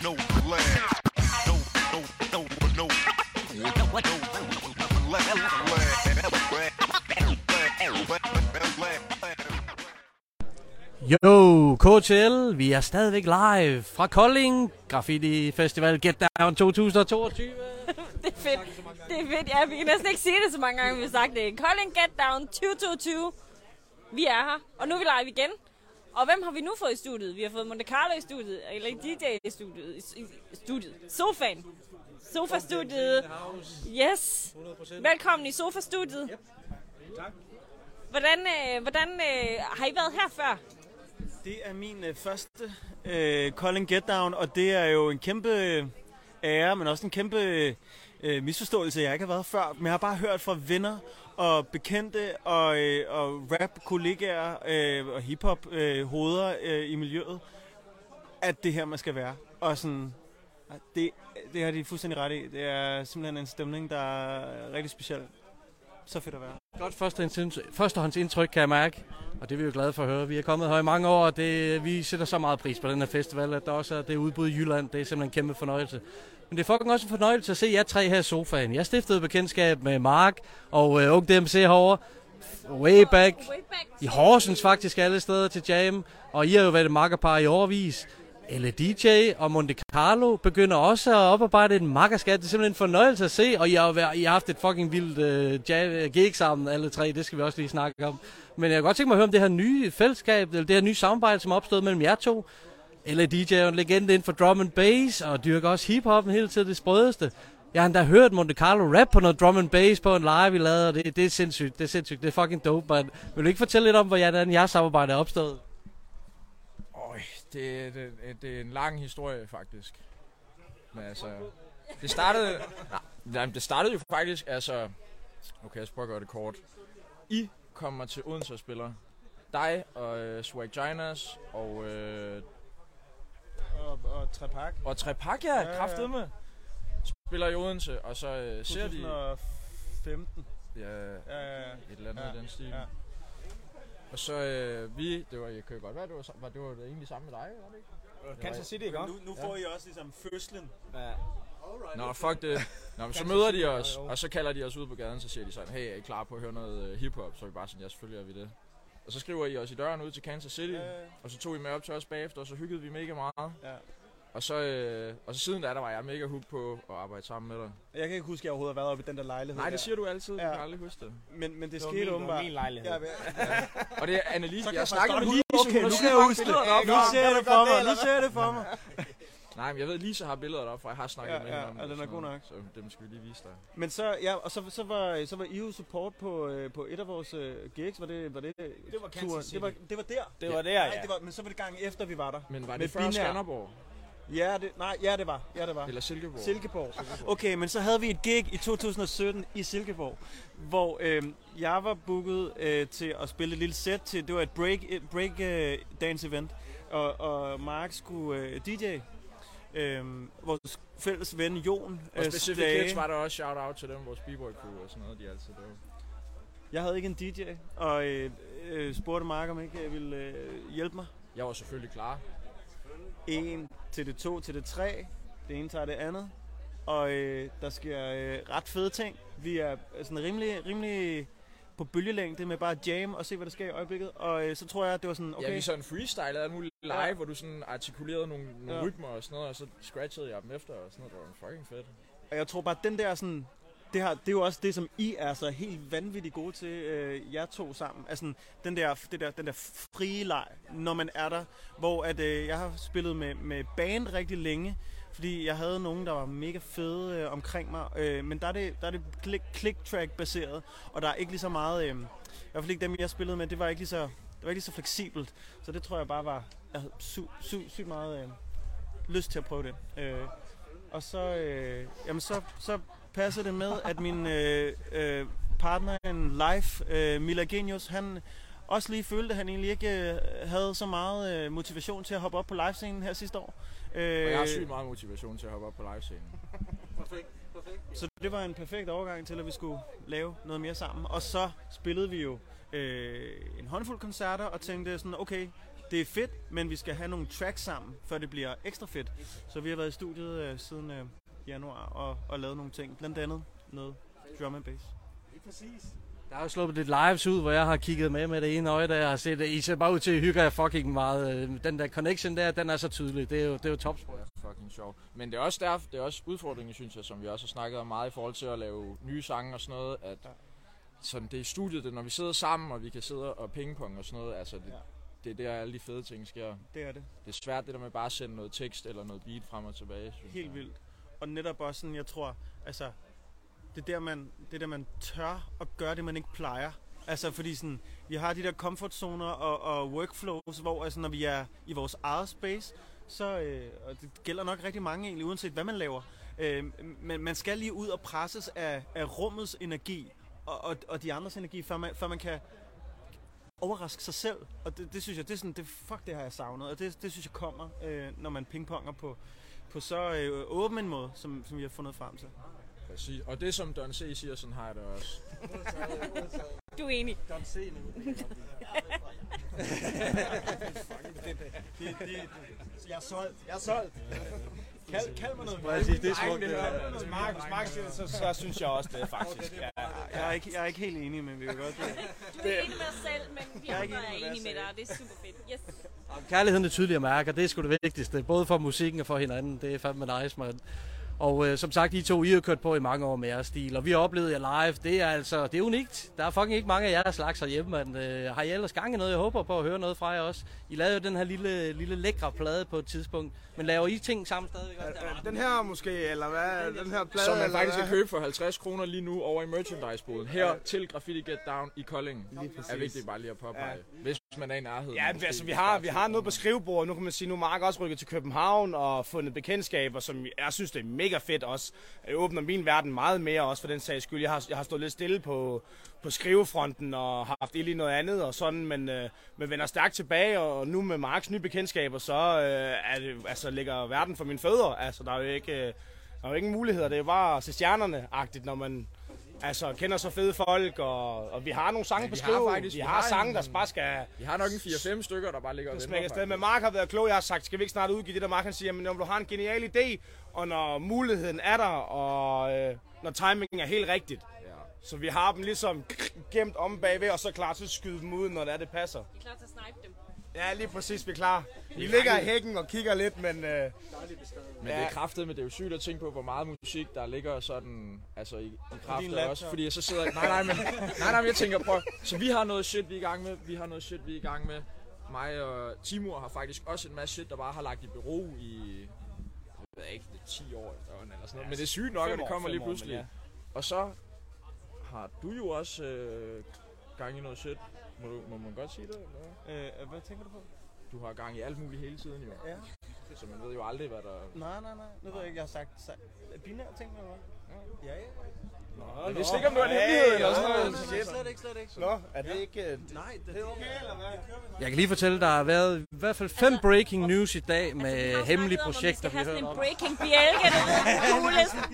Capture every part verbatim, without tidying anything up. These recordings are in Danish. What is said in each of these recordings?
no lag. No, no, no, no. Yo, K T L, vi er stadigvæk live fra Kolding Graffiti Festival Get Down to tusind toogtyve. Det er fedt. Det er fedt. Ja, vi kan næsten ikke sige det så mange gange, vi har sagt det. Kolding Get Down tyve toogtyve. Vi er her, og nu er vi live igen. Og hvem har vi nu fået i studiet? Vi har fået Monte Carlo i studiet, eller D J i studiet. I studiet. Sofaen. Sofa-studiet. Yes. Velkommen i Sofa-studiet. Tak. Hvordan, øh, hvordan øh, har I været her før? Det er min øh, første øh, Kolding Get Down, og det er jo en kæmpe øh, ære, men også en kæmpe øh, misforståelse, jeg ikke har været før. Men jeg har bare hørt fra venner og bekendte og, øh, og rap-kollegaer øh, og hip-hop-hoveder øh, i miljøet, at det her man skal være. Og sådan, det, det har de fuldstændig ret i. Det er simpelthen en stemning, der er rigtig speciel. Så fedt at være. Godt førstehåndsindtryk, kan jeg mærke, og det er vi jo glade for at høre. Vi er kommet her i mange år, og det, vi sætter så meget pris på den her festival, at der også er det udbud i Jylland. Det er simpelthen en kæmpe fornøjelse. Men det er fucking også en fornøjelse at se jer tre her i sofaen. Jeg stiftede bekendtskab med Mark og øh, Ung D M C herovre, way back, i Horsens faktisk alle steder til jam, og I har jo været et makkerpar i årevis. Eller D J og Monte Carlo begynder også at oparbejde en makkerskat. Det er simpelthen en fornøjelse at se, og I har, jo været, I har haft et fucking vildt uh, gig sammen, alle tre. Det skal vi også lige snakke om. Men jeg kan godt tænke mig at høre om det her nye fællesskab, eller det her nye samarbejde, som er opstået mellem jer to. Eller D J er en legende inden for drum and bass, og dyrker også hiphoppen hele tiden det sprødeste. Jeg har endda hørt Monte Carlo rap på noget drum and bass på en live, vi lavede, og det, det er sindssygt, det er sindssygt, det er fucking dope. Men vil du ikke fortælle lidt om, hvordan jeres samarbejde er opstået? Det, det, det er en lang historie, faktisk. Men altså, det startede... Nej, det startede jo faktisk, altså... Okay, jeg skal prøve at gøre det kort. I kommer til Odense og spiller. Dig og øh, Swag Ginas og... Øh, og, og Trepak. Og Trepak, ja, ja, kraftedeme. Ja. Spiller i Odense, og så øh, ser de... to tusind og femten. Ja, ja, ja. Et eller andet ja, i den stil. Ja. Og så øh, vi, det var, jeg kan jo godt være, det var, det var det egentlig sammen med dig, var det ikke? Kansas City, ikke? Nu, nu får ja. I også ligesom fødslen. Ja. Nå, fuck det. Nå, men så møder de os, og så kalder de os ud på gaden, så siger de sådan, hey, er I klar på at høre noget hiphop? Så er vi bare sådan, ja, selvfølgelig er vi det. Og så skriver I os i døren ud til Kansas City, ja, ja. Og så tog I med op til os bagefter, og så hyggede vi mega meget. Ja. Og så, øh, og så siden da, der var jeg mega hooked på at arbejde sammen med dig. Jeg kan ikke huske, at jeg overhovedet har været oppe i den der lejlighed. Nej, det siger du altid. Ja. Jeg kan aldrig huske det. Men, men det, det skete åbenbart. Det min lejlighed. Ja, ja. Og det er Annelise. Jeg, jeg snakker med Lise. Okay, nu kan jeg huske det. Nu ser jeg det for mig. Nu ser jeg det for mig. Nej, men jeg ved, Lise har billeder deroppe, for jeg har snakket ja, med hende ja, om det. Ja, den er god nok. Så dem skal vi lige vise dig. Men så, ja, og så, så, var, så var I jo support på, på et af vores uh, gigs. Var det, var det, det var Kansas City. Det var, det var der. Det var der, ja. Nej, det var, men så var det gang efter, vi var der. Men var det før Skanderborg? Ja, det, nej, ja, det var. Ja, det var. Eller Silkeborg. Silkeborg. Okay, men så havde vi et gig i to tusind og sytten i Silkeborg, hvor øh, jeg var booket øh, til at spille et lille set til, det var et break, et break øh, dance event, og, og Mark skulle øh, D J. Øh, vores fælles ven Jon. Og Specific øh, Kids var der også shout out til dem, vores b-boy crew og sådan noget, de altid der. Jeg havde ikke en D J, og øh, øh, spurgte Mark, om ikke jeg ville øh, hjælpe mig. Jeg var selvfølgelig klar. En til det to til det tre. Det ene tager det andet. Og øh, der sker øh, ret fede ting. Vi er sådan rimelig, rimelig på bølgelængde med bare jam og se, hvad der sker i øjeblikket. Og øh, så tror jeg, det var sådan, okay. Ja, vi sådan freestyle alt muligt live, ja. Hvor du sådan artikulerede nogle, nogle ja. rytmer og sådan noget, og så scratchede jeg dem efter og sådan noget. Det var fucking fedt. Og jeg tror bare, den der sådan... Det, her, det er jo også det, som I er så helt vanvittigt gode til, øh, jer to sammen. Altså den der, det der, den der frie leg, når man er der. Hvor at, øh, jeg har spillet med, med band rigtig længe, fordi jeg havde nogen, der var mega fede øh, omkring mig. Øh, men der er det, der er det click-track baseret, og der er ikke lige så meget... Øh, I hvert fald ikke dem, jeg spillede med, det var ikke lige så, det var ikke lige så fleksibelt. Så det tror jeg bare var... Jeg havde sygt sy, sy meget øh, lyst til at prøve det. Øh, og så... Øh, jamen så... så passer det med, at min øh, øh, partner in life, øh, Mila Genius, han også lige følte, at han egentlig ikke øh, havde så meget øh, motivation til at hoppe op på livescenen her sidste år. Øh, og jeg har sygt meget motivation til at hoppe op på livescenen. Perfekt, perfekt. Så det var en perfekt overgang til, at vi skulle lave noget mere sammen. Og så spillede vi jo øh, en håndfuld koncerter og tænkte sådan, okay, det er fedt, men vi skal have nogle tracks sammen, før det bliver ekstra fedt. Så vi har været i studiet øh, siden øh, januar og, og lavet nogle ting, blandt andet noget drum and bass. Præcis. Der er jo sluppet lidt lives ud, hvor jeg har kigget med med det ene øje, der jeg har set, I ser bare ud til at hygge jer fucking meget. Den der connection der, den er så tydelig. Det er jo, det er jo topsport. Det er fucking sjovt. Men det er også derfor, det er også udfordringen, synes jeg, som vi også har snakket om meget i forhold til at lave nye sange og sådan noget, at sådan det er i studiet, det, når vi sidder sammen, og vi kan sidde og pingpong og sådan noget, altså det, det er der alle de fede ting sker. Det er det. Det er svært det der med bare at sende noget tekst eller noget beat frem og tilbage. Helt jeg. vildt. Og netop også sådan, jeg tror, altså, det er der man, det er der man tør at gøre det, man ikke plejer. Altså fordi sådan, vi har de der comfortzoner og, og workflows, hvor altså, når vi er i vores eget space, så, øh, og det gælder nok rigtig mange egentlig, uanset hvad man laver, øh, men man skal lige ud og presses af, af rummets energi og, og, og de andres energi, før man, før man kan overraske sig selv. Og det, det synes jeg, det er sådan, det, fuck det har jeg savnet, og det, det synes jeg kommer, øh, når man pingponger på, på så øh, åben en måde, som, som vi har fundet frem til. Præcis. Og det som Don C siger, sådan har jeg det også. Du er enig. Don C nu. Jeg er solgt. Jeg er solgt. Kald, kald mig noget. Jeg sige, det er smukt. Hvis Mark, hvis Mark siger det, så, så synes jeg også det faktisk. Ja, ja. Jeg, er ikke, jeg er ikke helt enig, men vi vil godt... Du er enig med dig selv, men vi andre er enige med dig, og det er super fedt. Yes. Kærligheden er tydelig at mærke, og det er sgu det vigtigste. Både for musikken og for hinanden. Det er fandme nice, man. Og øh, som sagt, I to, I har kørt på i mange år med jeres stil, og vi har oplevet jer live. Det er altså, det er unikt. Der er fucking ikke mange af jeres slags herhjemme, men øh, har I ellers gang i noget? Jeg håber på at høre noget fra jer også. I lavede jo den her lille, lille lækre plade på et tidspunkt, men laver I ting sammen stadigvæk også? Der? Den her måske, eller hvad? Den her plade, som man faktisk kan købe for halvtreds kroner lige nu over i merchandise-boden. Her ja. til Graffiti Get Down i Kolding. Er vigtigt bare lige at påpege, ja. hvis man er i nærheden. Ja, altså vi har, vi har noget på skrivebordet. Nu kan man sige, nu er Mark også rykket til København og fundet bekendtskaber, som jeg synes, det er mega fedt også. Jeg åbner min verden meget mere også for den sags skyld. Jeg har, jeg har stået lidt stille på, på skrivefronten og haft ild i noget andet og sådan, men, øh, men vender stærkt tilbage, og nu med Marks nye bekendtskaber, så øh, er det, altså, ligger verden for mine fødder. Altså, der er jo ikke, øh, der er jo ingen muligheder. Det er jo bare at se stjernerne-agtigt, når man altså, kender så fede folk, og, og vi har nogle sange ja, på skrive. Vi, vi har, har sange, der bare skal... Vi har nok en fire fem stykker, der bare ligger og venter. Afsted. Men Mark har været klog. Jeg har sagt, skal vi ikke snart udgive det, der Mark han siger, men når du har en genial idé, og når muligheden er der, og øh, når timingen er helt rigtigt, ja. så vi har dem ligesom gemt om bagved, og så klar til at skyde dem ud, når det er, det passer. Vi er klar til at snipe dem. Ja, lige præcis, vi er klar. Vi ligger i hækken og kigger lidt, men... Øh, men det er kraftet, men det er jo sygt at tænke på, hvor meget musik, der ligger sådan, altså i, i kraftet også. Fordi jeg så sidder... Nej, nej, men, nej, nej, men jeg tænker, prøv. Så vi har noget shit, vi er i gang med. Vi har noget shit, vi er i gang med. Mig og Timur har faktisk også en masse shit, der bare har lagt i bero i... Jeg ved ikke, det er ti år efterhånden eller sådan noget. Men det er sygt nok, at det kommer lige pludselig. Ja. Og så har du jo også øh, gang i noget shit. Må, du, må man godt sige det? Eller? Øh, hvad tænker du på? Du har gang i alt muligt hele tiden, jo. Ja. Så man ved jo aldrig, hvad der... Nej, nej, nej. Nu ved jeg ikke, jeg har sagt... sagt binære ting, eller hvad? Ja, ja. Nå, jeg vidste ikke, om det var en hemmelighed eller sådan noget. Slet ikke, slet ikke. Nå, er det ikke... Nej, det er okay, eller hvad? Jeg kan lige fortælle, der har været i hvert fald fem altså, breaking news i dag med altså, hemmelige projekter, vi har hørt om. Vi skal have sådan en breaking bjælke, du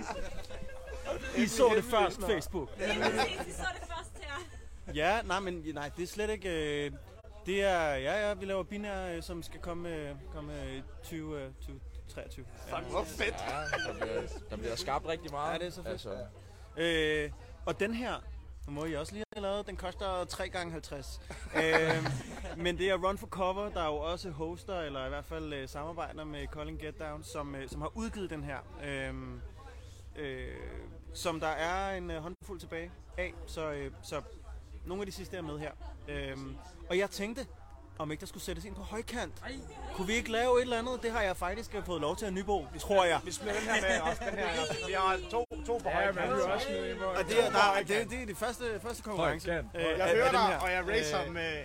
ved, I så det først på Facebook. Ja, præcis, I så det først her. Ja, nej, men nej, det er slet ikke... Øh, det er... Ja, ja, vi laver binære, øh, som skal komme, øh, komme øh, tyve treogtyve. Fuck, hvor fedt! Ja, der bliver, der bliver skabt rigtig meget. Ja, det er så fedt. Altså. Øh, og den her, nu må I også lige have lavet, den koster tre gange halvtreds. øh, men det er Run for Cover, der er jo også hoster, eller i hvert fald øh, samarbejder med Kolding Get Down, som, øh, som har udgivet den her. Øh, øh, som der er en øh, håndfuld tilbage af, så, øh, så nogle af de sidste er med her. Øh, og jeg tænkte, om ikke der skulle sættes ind på højkant. Kunne vi ikke lave et eller andet? Det har jeg faktisk fået lov til at Nybo, tror jeg. Vi smider den her med også. Den her, vi har to, to på højkant. Ja, men vi har også med. Og det er, der, det, det er det første, første konkurrence. Øh, jeg hører dig, og jeg racer øh, med...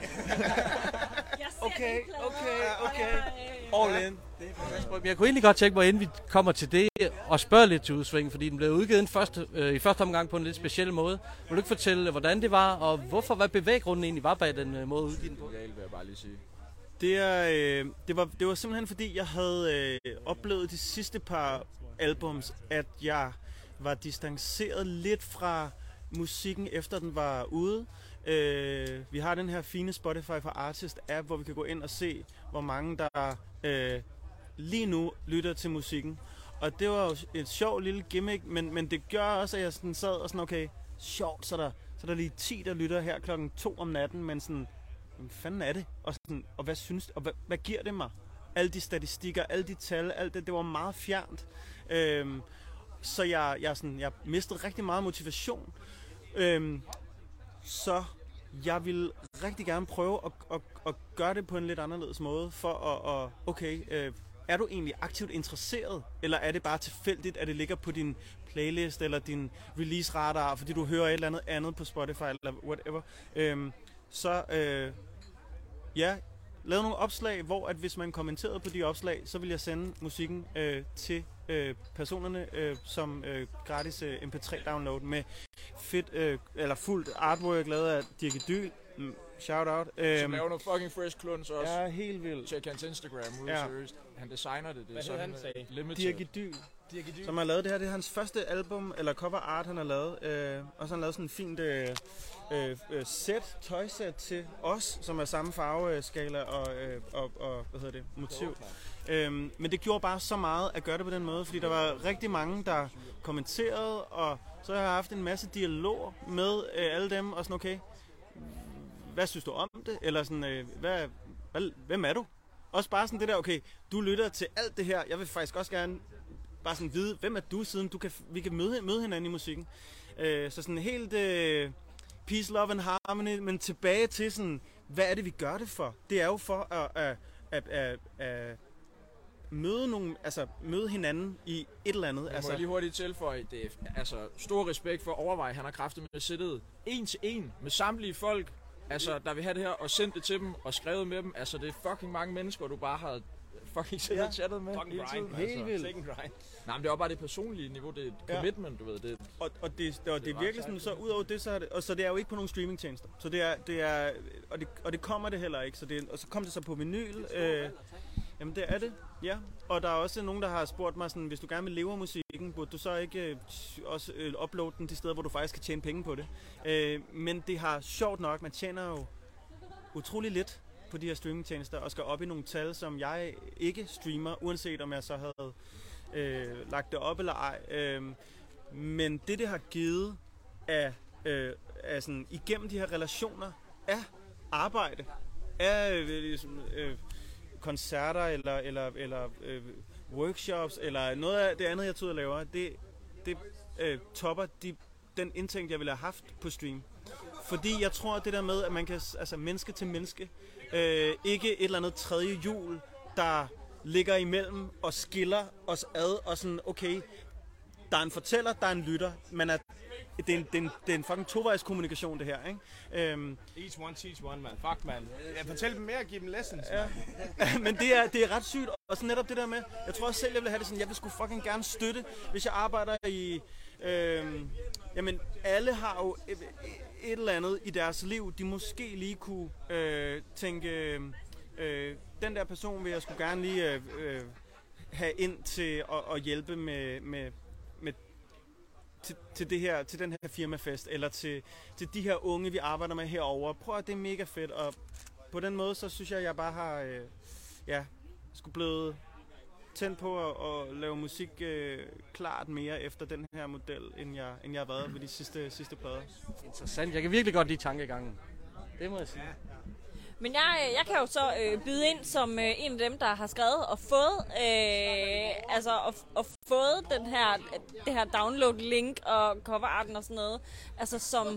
okay, okay, okay. All in. Jeg kunne egentlig godt tænke mig, inden vi kommer til det, og spørge lidt til udsving, fordi den blev udgivet en første, øh, i første omgang på en lidt speciel måde. Vil du ikke fortælle, hvordan det var, og hvorfor, hvad bevæggrunden egentlig var bag den øh, måde udgivet den på? Det vil jeg bare lige sige. Det, er, øh, det, var, det var simpelthen fordi, jeg havde øh, oplevet de sidste par albums, at jeg var distanceret lidt fra musikken, efter den var ude. Øh, vi har den her fine Spotify for Artist app, hvor vi kan gå ind og se, hvor mange der øh, lige nu lytter til musikken. Og det var jo et sjovt lille gimmick, men, men det gør også, at jeg sådan sad og sådan, okay, sjovt, så der, så der lige ti, der lytter her klokken to om natten, men sådan, hvad fanden er det? Og, sådan, og hvad synes og hvad, hvad giver det mig? Alle de statistikker, alle de tal, alt det, det var meget fjernt. Øhm, så jeg, jeg, sådan, jeg mistede rigtig meget motivation. Øhm, så jeg vil rigtig gerne prøve at, at, at gøre det på en lidt anderledes måde, for at, at okay, øh, er du egentlig aktivt interesseret, eller er det bare tilfældigt, at det ligger på din playlist eller din release radar, fordi du hører et eller andet andet på Spotify eller whatever. Øhm, så øh, ja, lavede nogle opslag, hvor at hvis man kommenterede på de opslag, så vil jeg sende musikken øh, til øh, personerne øh, som øh, gratis øh, M P tre download med fedt øh, eller fuldt artwork lavet af Dirk Idyl. Mm, shout out. Øhm, Som laver noget fucking fresh kluns også. Ja, helt vildt. Tjek hans Instagram ud, ja. seriøst. Han designer det. Det er Hvad sådan han sagde? Limited. Dirk Idyl. Som har lavet det her. Det er hans første album, eller cover art, han har lavet. Øh, og så har han lavet sådan en fint øh, øh, set, tøjsæt til os, som er samme farveskala og, øh, og, og hvad hedder det, motiv. Øhm, men det gjorde bare så meget at gøre det på den måde, fordi der var rigtig mange, der kommenterede, og så har jeg haft en masse dialog med øh, alle dem, og sådan, okay, hvad synes du om det? Eller sådan, øh, hvad, hvad, hvem er du? Også bare sådan det der, okay, du lytter til alt det her, jeg vil faktisk også gerne bare sådan vide, hvem er du, siden du kan, vi kan møde, møde hinanden i musikken. Øh, så sådan helt øh, peace, love and harmony, men tilbage til sådan, hvad er det, vi gør det for? Det er jo for at, at, at, at, at møde nogle, altså møde hinanden i et eller andet. Jeg altså, må lige hurtigt tilføje, det er altså stor respekt for at overveje, han har kraftet med siddet en til en med samtlige folk, altså der vil have det her, og sendt det til dem, og skrevet med dem. Altså det er fucking mange mennesker, du bare har fucking siddet Ja. og chattet med Fucking hele grind, tiden. Helt altså. vildt. Second grind. Nej, men det er også bare det personlige niveau, det er et Ja. commitment, du ved. Det, Og, og det, og det, det er ret virkelig sådan, så ud over det, så er det, og så det er jo ikke på nogen streamingtjenester. Så det er, det er og, det, og det kommer det heller ikke. Så det, og så kom det så på vinyl. Øh, jamen det er det, ja. Og der er også nogen, der har spurgt mig sådan, hvis du gerne vil leve af musikken, burde du så ikke øh, også øh, uploade den de steder, hvor du faktisk kan tjene penge på det. Øh, men det har sjovt nok, man tjener jo utrolig lidt på de her streamingtjenester, og skal op i nogle tal, som jeg ikke streamer, uanset om jeg så havde øh, lagt det op eller ej. Øh, men det, det har givet af, øh, af sådan, igennem de her relationer, af arbejde, af øh, øh, koncerter, eller, eller, eller øh, workshops, eller noget af det andet, jeg tog og laver, det, det øh, topper de, den indtægt, jeg ville have haft på stream. Fordi jeg tror, det der med, at man kan, altså menneske til menneske, øh, ikke et eller andet tredje hjul, der ligger imellem og skiller os ad, og sådan, okay, der er en fortæller, der er en lytter, men at det er en, det er en, det er en fucking tovejs kommunikation, det her, ikke? Øhm, Each one teach one, man. Fuck, man. Jeg fortæl dem mere og give dem lessons, ja. Men det er, det er ret sygt, og så netop det der med, jeg tror også selv, jeg vil have det sådan, jeg vil sgu fucking gerne støtte, hvis jeg arbejder i, øhm, jamen alle har jo et, et eller andet i deres liv, de måske lige kunne øh, tænke, øh, den der person vil jeg sgu gerne lige øh, øh, have ind til at, at hjælpe med, med, med til, til, det her, til den her firmafest, eller til, til de her unge, vi arbejder med herovre. Prøv at det er mega fedt, og på den måde, så synes jeg, jeg bare har, øh, ja, skulle blevet tændt på at, at lave musik øh, klart mere efter den her model, end jeg, end jeg har været ved de sidste, sidste plader. Interessant. Jeg kan virkelig godt lide tankegangen. Det må jeg sige. Men jeg, jeg kan jo så øh, byde ind som øh, en af dem, der har skrevet og fået, øh, altså, og, og fået den her, det her download-link og coverarten og sådan noget. Altså som,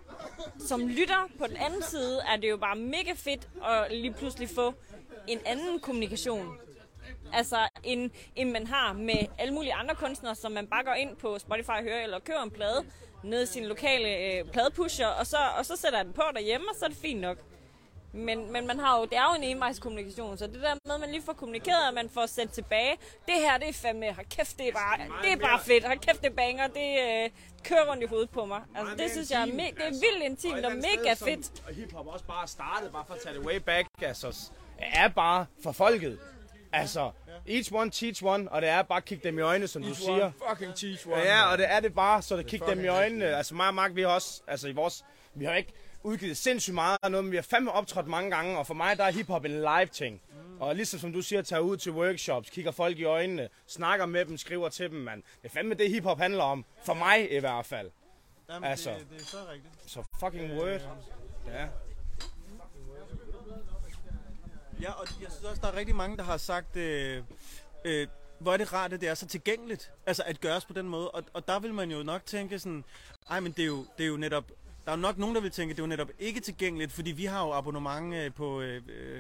som lytter på den anden side, er det jo bare mega fedt at lige pludselig få en anden kommunikation. Altså en, en man har med alle mulige andre kunstnere, som man bare går ind på Spotify og hører, eller køber en plade nede i sin lokale øh, pladepusher, og så, og så sætter jeg den på derhjemme, og så er det fint nok. Men, men man har jo, det er jo en envejskommunikation, så det der med, at man lige får kommunikeret, og man får sendt tilbage, det her, det er fandme, hold kæft, det er bare, det er bare fedt, hold kæft, det banger, det øh, kører rundt i hovedet på mig. Altså, det synes jeg er, me- det er vildt intimt og mega fedt. Og hiphop også bare startet, bare for at tage det way back, altså, er bare for folket. Altså, each one teach one, og det er bare at kigge dem i øjnene, som each du siger. one fucking teach one. Ja, og det er det bare, så det kigge dem i øjnene. Altså mig og Mark, vi har også, altså i vores, vi har ikke udgivet sindssygt meget af noget, men vi har fandme optrådt mange gange, og for mig der er hiphop en live ting. Og ligesom som du siger, tager ud til workshops, kigger folk i øjnene, snakker med dem, skriver til dem, mand. Det er fandme det, hiphop handler om. For mig i hvert fald. Jamen, altså, det, det er så rigtigt. Så fucking word. Ja. Ja, og jeg synes også, der er rigtig mange, der har sagt, øh, øh, hvor er det rart, at det er så tilgængeligt, altså at gøres på den måde. Og, og der vil man jo nok tænke sådan, ej, men det er jo, det er jo netop, der er nok nogen, der vil tænke, at det er jo netop ikke tilgængeligt, fordi vi har jo abonnement øh, på øh,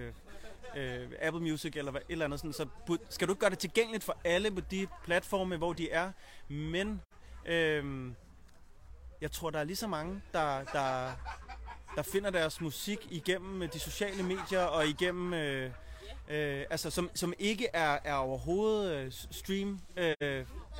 øh, Apple Music eller hvad, et eller andet sådan, så skal du ikke gøre det tilgængeligt for alle på de platforme, hvor de er, men øh, jeg tror, der er lige så mange, der, der, der finder deres musik igennem de sociale medier og igennem, øh, øh, altså som, som ikke er, er overhovedet øh, stream øh,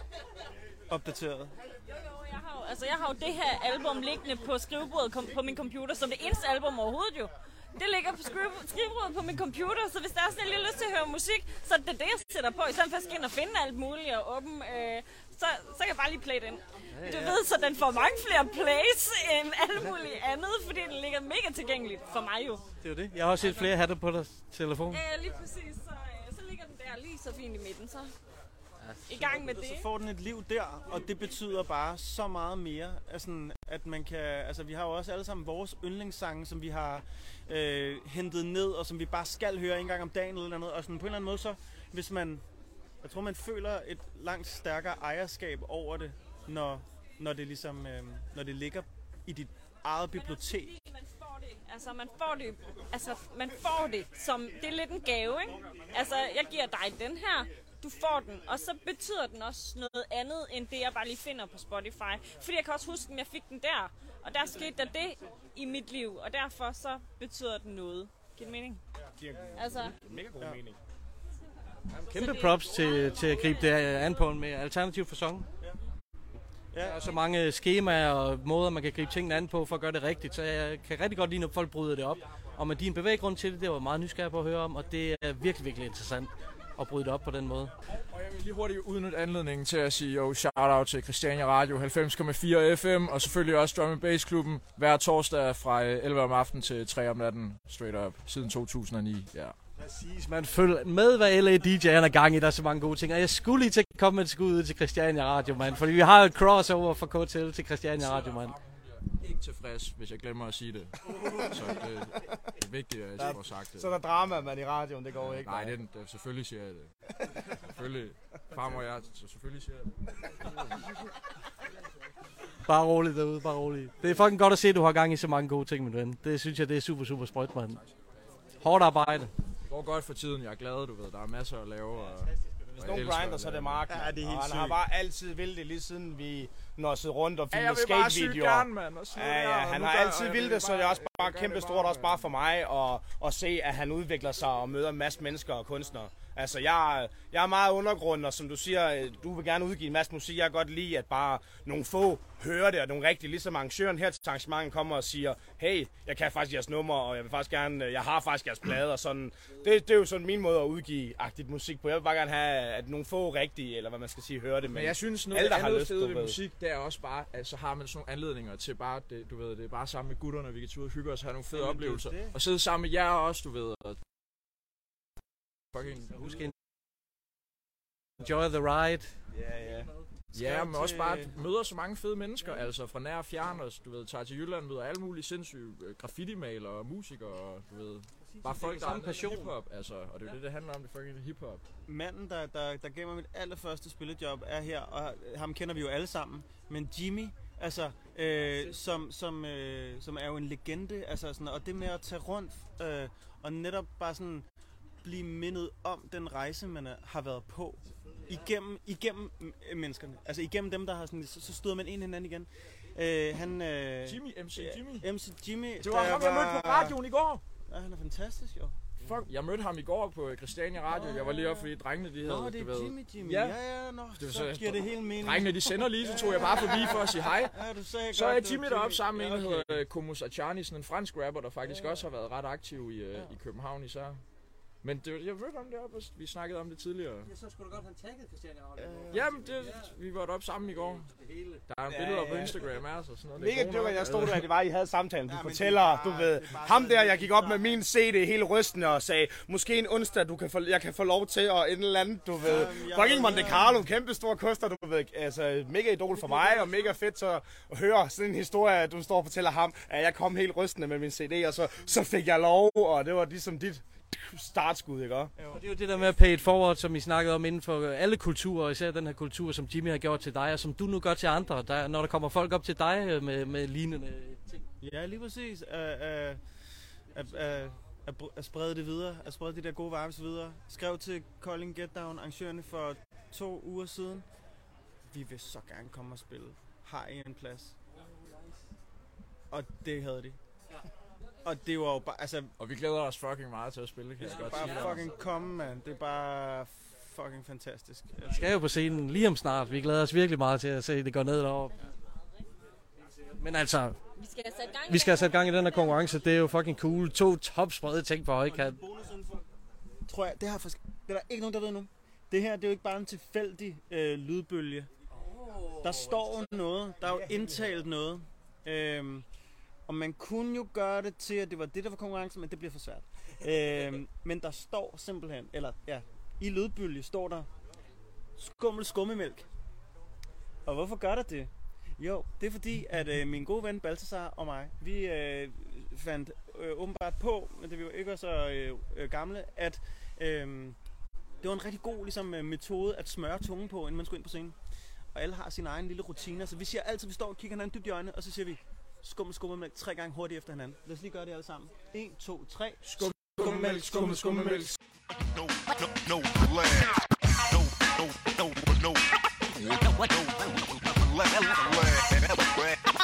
opdateret. Jeg har, jo, altså, jeg har jo det her album liggende på skrivebordet kom, på min computer, som det eneste album overhovedet jo. Det ligger på skrive- skrivebordet på min computer, så hvis der er sådan en lille lyst til at høre musik, så er det det, jeg sætter på, i stedet for at skal ind og finde alt muligt og åbne, øh, så, så kan jeg bare lige play den. Du ved, så den får mange flere plays end alt muligt andet, fordi den ligger mega tilgængeligt for mig jo. Det er jo det. Jeg har også set flere hatte på deres telefon. Ja, lige præcis. Så, øh, så ligger den der lige så fint i midten, så i gang med det. Så får den et liv der, og det betyder bare så meget mere. Altså, at man kan, altså, vi har jo også alle sammen vores yndlingssange, som vi har øh, hentet ned, og som vi bare skal høre en gang om dagen eller noget. Og sådan, på en eller anden måde, så hvis man, jeg tror, man føler et langt stærkere ejerskab over det, når, når det ligesom, øh, når det ligger i dit eget bibliotek. Man får det, altså man får det, altså man får det som, det er lidt en gave, ikke? Altså, jeg giver dig den her, du får den, og så betyder den også noget andet, end det, jeg bare lige finder på Spotify. Fordi jeg kan også huske, at jeg fik den der, og der skete der det i mit liv, og derfor så betyder den noget. Giver det mening? Altså, Mega god mening. Kæmpe props til, til at gribe det an på med alternativ facon. Ja. Der er så mange skemaer og måder, man kan gribe tingene an på for at gøre det rigtigt, så jeg kan rigtig godt lide, når folk bryder det op. Og med din bevæggrund til det, det var meget nysgerrig på at høre om, og det er virkelig, virkelig interessant at bryde det op på den måde. Og jeg vil lige hurtigt udnytte anledningen til at sige jo shout-out til Christiania Radio halvfems komma fire F M, og selvfølgelig også Drum and Bass Klubben hver torsdag fra elleve om aftenen til tre om natten, straight up, siden to tusind og ni. Ja. Præcis, man følger med, hvad L A D J'erne er gang i, der er så mange gode ting. Og jeg skulle lige til at komme med et skud ud til Christiania Radio, mand, fordi vi har et crossover fra K T L til Christiania Radio, mand. Ikke tilfreds, hvis jeg glemmer at sige det. Så det, det er vigtigt, at jeg får sagt det. Så der er drama, man, i radioen, det går ikke. Nej, det, det, selvfølgelig siger jeg det. Selvfølgelig. Farmor og jeg, så selvfølgelig siger jeg det. Bare roligt derude, bare roligt. Det er fucking godt at se, at du har gang i så mange gode ting, min ven. Det synes jeg, det er super, super sprøjt, mand. Hårdt arbejde. Det går godt for tiden, jeg er glad, du ved. Der er masser at lave. Og hvis nogen grinder, så er det Mark. Ja, det er helt og han sygt. har bare altid vildt det, lige siden vi nossede rundt og ja, filmede skatevideoer. Gerne, mand. Og Ja, ja, han har altid vildt det, så det er også bare kæmpe stort også bare for mig at, at se, at han udvikler sig og møder en masse mennesker og kunstnere. Altså, jeg, jeg er meget undergrund, og som du siger, du vil gerne udgive en masse musik. Jeg kan godt lide, at bare nogle få hører det, og nogle rigtige, ligesom arrangøren her til arrangementet kommer og siger, hey, jeg kan faktisk jeres nummer, og jeg vil faktisk gerne, jeg har faktisk jeres plade, og sådan. Det, det er jo sådan min måde at udgive agtigt musik på. Jeg vil bare gerne have, at nogle få rigtige, eller hvad man skal sige, hører det. Men, men jeg synes, noget alle, der andet lyst, fede ved musik, det er også bare, at så har man sådan nogle anledninger til bare, det, du ved, det er bare sammen med gutterne, vi kan tage ud og hygge os og have nogle fede Jamen, oplevelser. det det. Og sidde sammen med jer også, du ved. Og fucking, Husk en enjoy the ride. Ja, ja. ja, men til- også bare at møder så mange fede mennesker, altså fra nær og fjern, og du ved, tager til Jylland, møder alle mulige sindssyge øh, graffiti-malere og musikere, og du ved, bare folk, der samme er passion. hiphop, altså, og det er jo det, det handler om, det er fucking hiphop. Manden, der, der, der gav mig mit allerførste spillejob, er her, og ham kender vi jo alle sammen. Men Jimmy, altså, øh, som, som, øh, som er jo en legende, altså sådan, og det med at tage rundt, øh, og netop bare sådan blive mindet om den rejse, man er, har været på, igennem, igennem øh, menneskerne. Altså igennem dem, der har sådan, så, så støder man ind hinanden igen. Øh, han, øh, Jimmy, M C Jimmy. M C Jimmy. Det var ham, jeg mødte på radioen i går. Ja, han er fantastisk, jo. Fuck, jeg mødte ham i går på Christiania Radio. Jeg var lige oppe, fordi drengene, de havde, Nå, det du er ved... Jimmy, Jimmy. Ja. Ja, ja, nå, Det var så så- giver det helt mening. Drengene, de sender lige, så tog jeg bare forbi for at sige hej. Ja, du sagde Så godt, er det Jimmy var deroppe sammen med en, der Ja, hedder Komus Achani, sådan en fransk rapper, der faktisk også har været ret aktiv i, uh, i København især. Men det, jeg ved om det op, vi snakkede om det tidligere. Ja, så skulle du godt have tagget Christian Arne. Øh, Jamen, det, vi var deroppe sammen i går. Der er en billeder ja, ja. på Instagram af os og sådan noget. Mega dyrt, jeg stod der, det var, I havde samtalen. Du ja, fortæller, du ved, ham der, jeg gik op med min C D hele rystende og sagde, måske en onsdag, du kan få, jeg kan få lov til, og en eller anden, du ved. Fucking Monte Carlo, kæmpe stor koster, du ved. Altså, mega idol for mig, og mega fedt så at høre sådan en historie, at du står og fortæller ham, at jeg kom helt rystende med min C D, og så, så fik jeg lov, og det var ligesom dit startskud, ikke også? Og det er jo det der med at pay it forward, som I snakkede om inden for alle kulturer, især den her kultur, som Jimmy har gjort til dig, og som du nu gør til andre, der, når der kommer folk op til dig med, med lignende ting. Ja, lige præcis. At, at, at, at, at sprede det videre, at sprede de der gode vibes videre. Skrev til Kolding Get Down, arrangørerne for to uger siden. Vi vil så gerne komme og spille. Har I en plads? Og det havde de. Og det var jo bare, altså... Og vi glæder os fucking meget til at spille, kan jeg godt sige. Det er bare fucking komme, mand. Det er bare fucking fantastisk. Vi skal jo på scenen lige om snart. Vi glæder os virkelig meget til at se, det går ned derovre. Men altså... Vi skal have sat gang i, vi skal have sat gang i den her konkurrence. Det er jo fucking cool. To topsprede ting på højkant. Tror jeg, det har faktisk... Det er der ikke nogen, der ved nu. Det her, det er jo ikke bare en tilfældig øh, lydbølge. Der står noget. Der er jo indtalt noget. Øhm... Og man kunne jo gøre det til, at det var det, der var konkurrencen, men det bliver for svært. øhm, men der står simpelthen, eller ja, i lydbølge står der skummel skummemælk. Og hvorfor gør der det? Jo, det er fordi, at øh, min gode ven Balthasar og mig, vi øh, fandt øh, åbenbart på, men det vi jo ikke var så øh, øh, gamle, at øh, det var en rigtig god ligesom, metode at smøre tungen på, inden man skulle ind på scenen. Og alle har sin egen lille rutiner, så vi siger altid, vi står og kigger hinanden dybt i øjnene, og så siger vi, skummel, skummemælk, tre gange hurtigt efter hinanden. Lad os lige gøre det alle sammen. en, to, tre. Skummel, skummemælk, skummel, skummemælk. No, no, no, land. No, no, no, no. No, no, no, land.